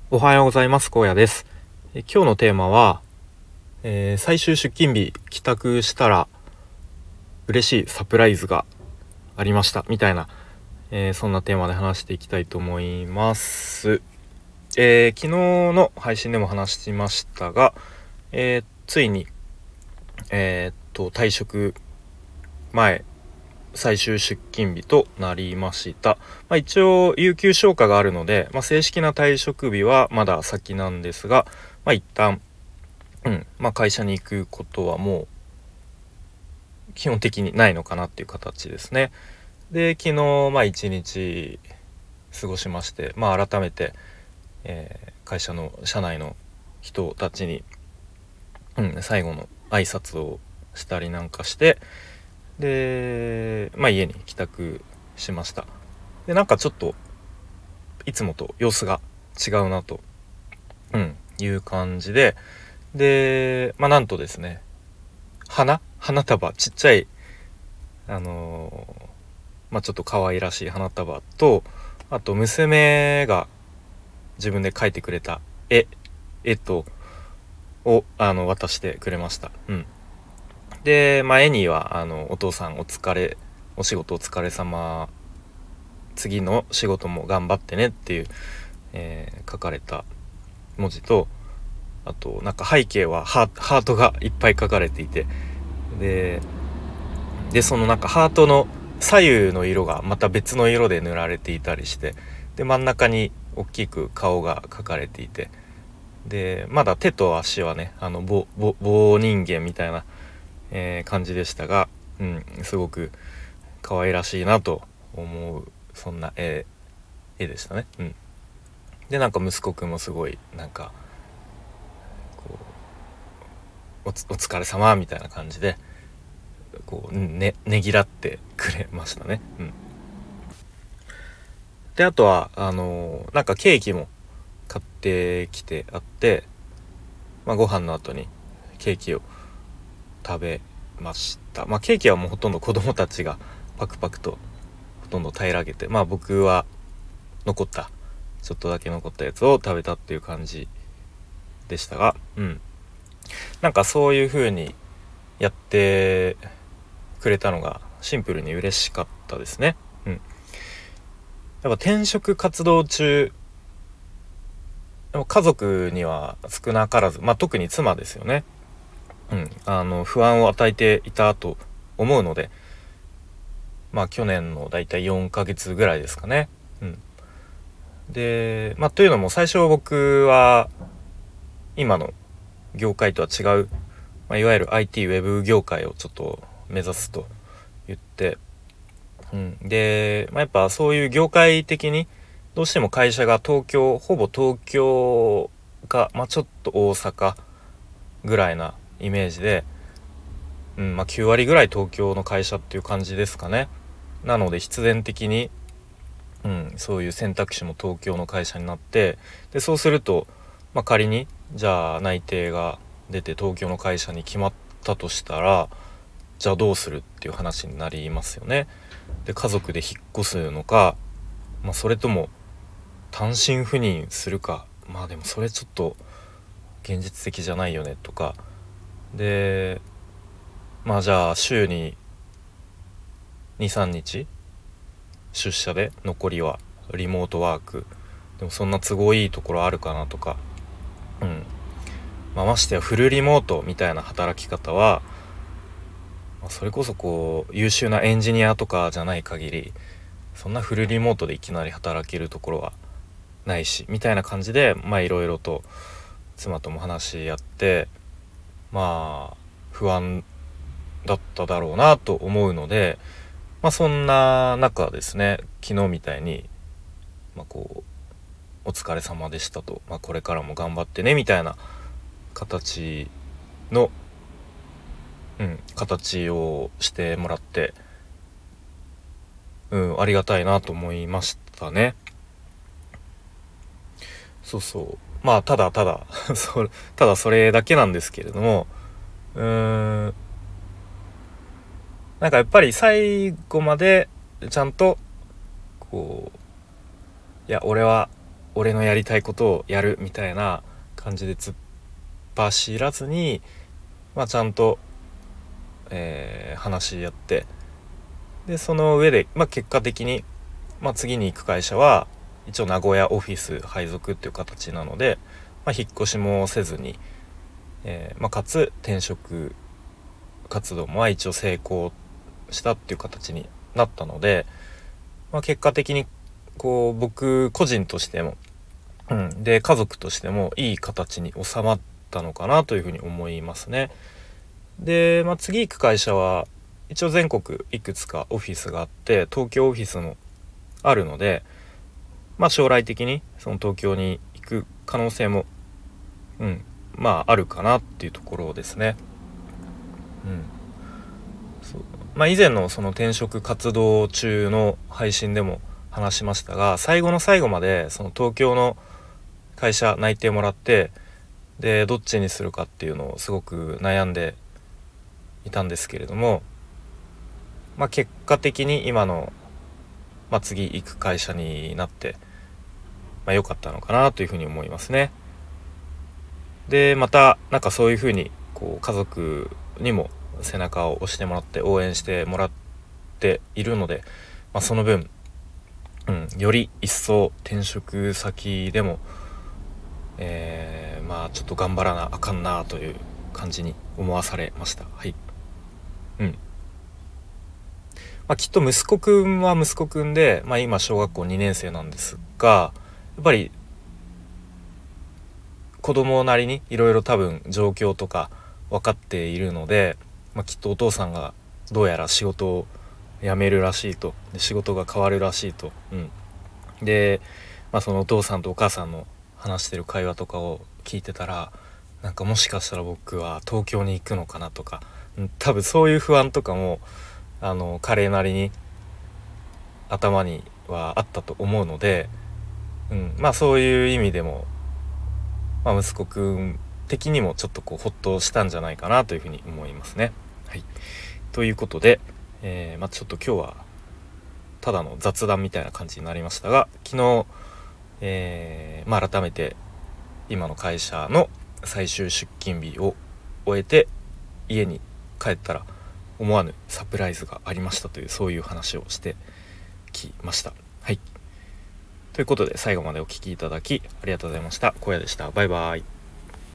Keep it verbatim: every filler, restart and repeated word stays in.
おはようございます。荒野です。え今日のテーマは、えー最終出勤日帰宅したら嬉しいサプライズがありましたみたいな、えーそんなテーマで話していきたいと思います。えー昨日の配信でも話しましたが、えーついに、えーっと退職前最終出勤日となりました。まあ、一応有給消化があるので、まあ、正式な退職日はまだ先なんですが、まあ、一旦うんまあ、会社に行くことはもう基本的にないのかなっていう形ですね。で昨日まあ一日過ごしまして、まあ、改めて、えー会社の社内の人たちに、うん、最後の挨拶をしたりなんかして、で、まあ、家に帰宅しました。でなんかちょっといつもと様子が違うなと、うん、いう感じで、で、まあ、なんとですね、花花束ちっちゃいあのーまあ、ちょっと可愛らしい花束と、あと娘が自分で描いてくれた絵絵とをあの渡してくれました。うん、で、まあ、絵にはあのお父さんお疲れお仕事お疲れ様、次の仕事も頑張ってねっていう、えー書かれた文字と、あとなんか背景はハーハートがいっぱい書かれていて、ででそのなんかハートの左右の色がまた別の色で塗られていたりして、で真ん中に大きく顔が描かれていて、でまだ手と足はねあの棒棒棒人間みたいな、えー感じでしたが、うん、すごく可愛らしいなと思う、そんな絵絵でしたね。うん、でなんか息子くんもすごいなんかこうおつお疲れ様みたいな感じでこうねねぎらってくれましたね。うん、であとはあのーなんかケーキも買ってきてあって、まあ、ご飯の後にケーキを食べました。まあケーキはもうほとんど子供たちがパクパクとほとんど平らげて、まあ僕は残ったちょっとだけ残ったやつを食べたっていう感じでしたが、うんなんかそういう風にやってくれたのがシンプルに嬉しかったですね。うんやっぱ転職活動中でも家族には少なからず、まあ特に妻ですよね、うん、あの不安を与えていたと思うので、まあ去年のだいたいよんかげつぐらいですかね。うん、で、まあというのも最初僕は今の業界とは違う、まあ、いわゆる アイティー ウェブ業界をちょっと目指すと言って、うん、で、まあ、やっぱそういう業界的にどうしても会社が東京ほぼ東京か、まあ、ちょっと大阪ぐらいなイメージで、うんまあ、きゅう割ぐらい東京の会社っていう感じですかね。なので必然的に、うん、そういう選択肢も東京の会社になって、でそうすると、まあ、仮にじゃあ内定が出て東京の会社に決まったとしたら、じゃあどうするっていう話になりますよね。で家族で引っ越すのか、まあ、それとも単身赴任するか、まあでもそれちょっと現実的じゃないよねとかで、まあじゃあ週ににさんにち出社で残りはリモートワーク、でもそんな都合いいところあるかなとか、うんまあ、ましてやフルリモートみたいな働き方は、まあ、それこそこう優秀なエンジニアとかじゃない限りそんなフルリモートでいきなり働けるところはないしみたいな感じで、まあいろいろと妻とも話し合って、まあ不安だっただろうなと思うので、まあそんな中ですね、昨日みたいに、まあ、こうお疲れ様でしたと、まあ、これからも頑張ってねみたいな形の、うん、形をしてもらって、うん、ありがたいなと思いましたね。そうそう。まあただただそれただそれだけなんですけれども、うーんなんかやっぱり最後までちゃんとこういや俺は俺のやりたいことをやるみたいな感じで突っ走らずに、まあ、ちゃんと、えー、話し合って、でその上で、まあ、結果的に、まあ、次に行く会社は一応名古屋オフィス配属っていう形なので、まあ、引っ越しもせずに、えーまあ、かつ転職活動も一応成功したっていう形になったので、まあ、結果的にこう僕個人としても、うん、で家族としてもいい形に収まったのかなというふうに思いますね。で、まあ、次行く会社は一応全国いくつかオフィスがあって東京オフィスもあるので、まあ、将来的にその東京に行く可能性も、うん、まああるかなっていうところですね。うん、そうまあ、以前のその転職活動中の配信でも話しましたが、最後の最後までその東京の会社内定もらって、でどっちにするかっていうのをすごく悩んでいたんですけれども、まあ、結果的に今の、まあ、次行く会社になって、まあ、良かったのかなというふうに思いますね。でまたなんかそういうふうにこう家族にも背中を押してもらって応援してもらっているので、まあ、その分、うん、より一層転職先でも、えー、まあちょっと頑張らなあかんなという感じに思わされました。はい。うん。まあ、きっと息子くんは息子くんで、まあ、今小学校にねん生なんですが、やっぱり子供なりにいろいろ多分状況とか分かっているので、まあ、きっとお父さんがどうやら仕事を辞めるらしいと、で仕事が変わるらしいと、うん、で、まあ、そのお父さんとお母さんの話してる会話とかを聞いてたら、なんかもしかしたら僕は東京に行くのかなとか、うん、多分そういう不安とかもあの彼なりに頭にはあったと思うので、うん、まあそういう意味でも、まあ、息子くん的にもちょっとこうほっとしたんじゃないかなというふうに思いますね。はい、ということで、えーまあ、ちょっと今日はただの雑談みたいな感じになりましたが、昨日、えーまあ、改めて今の会社の最終出勤日を終えて家に帰ったら思わぬサプライズがありましたという、そういう話をしてきました。はい。ということで最後までお聞きいただきありがとうございました。小屋でした。バイバイ。